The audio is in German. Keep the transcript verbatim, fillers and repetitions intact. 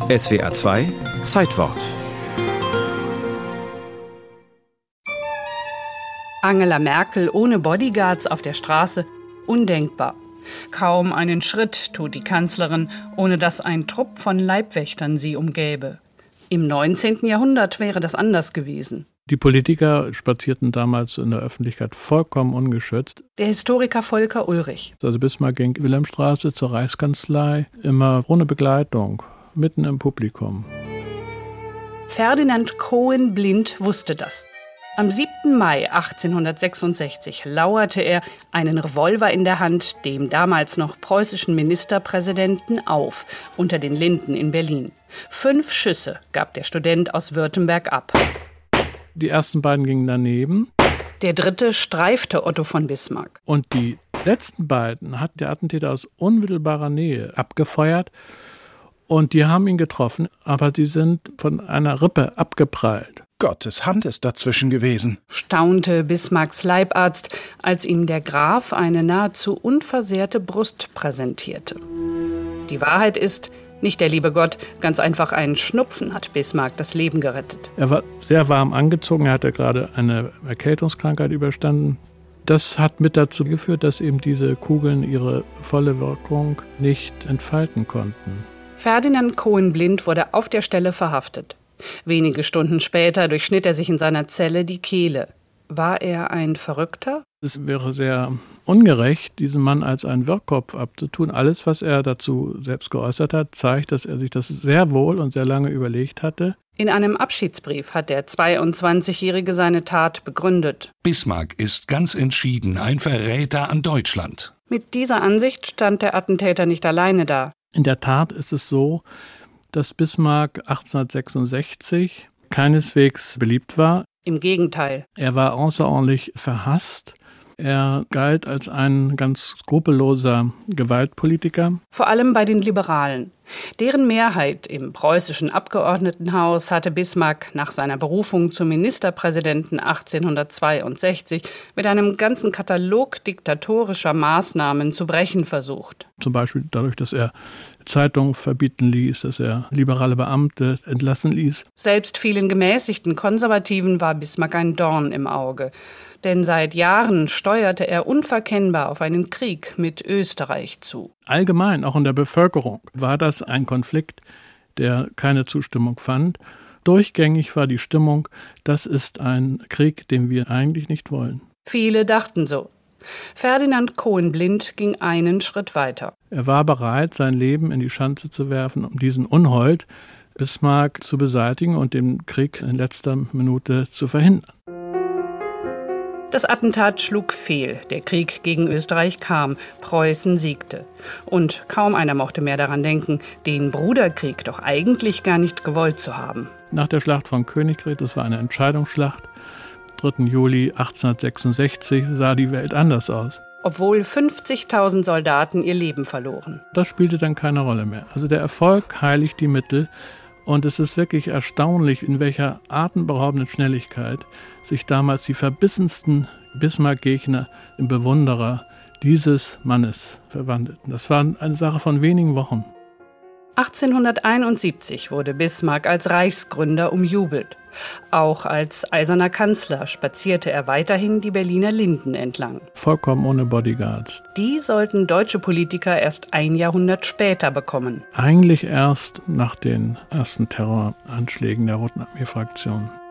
S W R zwei Zeitwort. Angela Merkel ohne Bodyguards auf der Straße? Undenkbar. Kaum einen Schritt tut die Kanzlerin, ohne dass ein Trupp von Leibwächtern sie umgäbe. Im neunzehnten Jahrhundert wäre das anders gewesen. Die Politiker spazierten damals in der Öffentlichkeit vollkommen ungeschützt. Der Historiker Volker Ulrich. Also Bismarck ging Wilhelmstraße zur Reichskanzlei, immer ohne Begleitung, mitten im Publikum. Ferdinand Cohen-Blind wusste das. Am siebten Mai achtzehnhundertsechsundsechzig lauerte er, einen Revolver in der Hand, dem damals noch preußischen Ministerpräsidenten auf, unter den Linden in Berlin. Fünf Schüsse gab der Student aus Württemberg ab. Die ersten beiden gingen daneben. Der dritte streifte Otto von Bismarck. Und die letzten beiden hat der Attentäter aus unmittelbarer Nähe abgefeuert. Und die haben ihn getroffen, aber sie sind von einer Rippe abgeprallt. Gottes Hand ist dazwischen gewesen, staunte Bismarcks Leibarzt, als ihm der Graf eine nahezu unversehrte Brust präsentierte. Die Wahrheit ist, nicht der liebe Gott, ganz einfach ein Schnupfen hat Bismarck das Leben gerettet. Er war sehr warm angezogen, er hatte gerade eine Erkältungskrankheit überstanden. Das hat mit dazu geführt, dass eben diese Kugeln ihre volle Wirkung nicht entfalten konnten. Ferdinand Cohen-Blind wurde auf der Stelle verhaftet. Wenige Stunden später durchschnitt er sich in seiner Zelle die Kehle. War er ein Verrückter? Es wäre sehr ungerecht, diesen Mann als einen Wirrkopf abzutun. Alles, was er dazu selbst geäußert hat, zeigt, dass er sich das sehr wohl und sehr lange überlegt hatte. In einem Abschiedsbrief hat der zweiundzwanzigjährige seine Tat begründet. Bismarck ist ganz entschieden ein Verräter an Deutschland. Mit dieser Ansicht stand der Attentäter nicht alleine da. In der Tat ist es so, dass Bismarck achtzehnhundertsechsundsechzig keineswegs beliebt war. Im Gegenteil. Er war außerordentlich verhasst. Er galt als ein ganz skrupelloser Gewaltpolitiker. Vor allem bei den Liberalen. Deren Mehrheit im preußischen Abgeordnetenhaus hatte Bismarck nach seiner Berufung zum Ministerpräsidenten achtzehnhundertzweiundsechzig mit einem ganzen Katalog diktatorischer Maßnahmen zu brechen versucht. Zum Beispiel dadurch, dass er Zeitungen verbieten ließ, dass er liberale Beamte entlassen ließ. Selbst vielen gemäßigten Konservativen war Bismarck ein Dorn im Auge. Denn seit Jahren steuerte er unverkennbar auf einen Krieg mit Österreich zu. Allgemein, auch in der Bevölkerung, war das ein Konflikt, der keine Zustimmung fand. Durchgängig war die Stimmung, das ist ein Krieg, den wir eigentlich nicht wollen. Viele dachten so. Ferdinand Cohen-Blind ging einen Schritt weiter. Er war bereit, sein Leben in die Schanze zu werfen, um diesen Unhold Bismarck zu beseitigen und den Krieg in letzter Minute zu verhindern. Das Attentat schlug fehl, der Krieg gegen Österreich kam, Preußen siegte. Und kaum einer mochte mehr daran denken, den Bruderkrieg doch eigentlich gar nicht gewollt zu haben. Nach der Schlacht von Königgrätz, das war eine Entscheidungsschlacht, dritten Juli achtzehnhundertsechsundsechzig, sah die Welt anders aus. Obwohl fünfzigtausend Soldaten ihr Leben verloren. Das spielte dann keine Rolle mehr. Also der Erfolg heiligt die Mittel. Und es ist wirklich erstaunlich, in welcher atemberaubenden Schnelligkeit sich damals die verbissensten Bismarck-Gegner in Bewunderer dieses Mannes verwandelten. Das war eine Sache von wenigen Wochen. achtzehnhunderteinundsiebzig wurde Bismarck als Reichsgründer umjubelt. Auch als eiserner Kanzler spazierte er weiterhin die Berliner Linden entlang. Vollkommen ohne Bodyguards. Die sollten deutsche Politiker erst ein Jahrhundert später bekommen. Eigentlich erst nach den ersten Terroranschlägen der Roten Armee-Fraktion.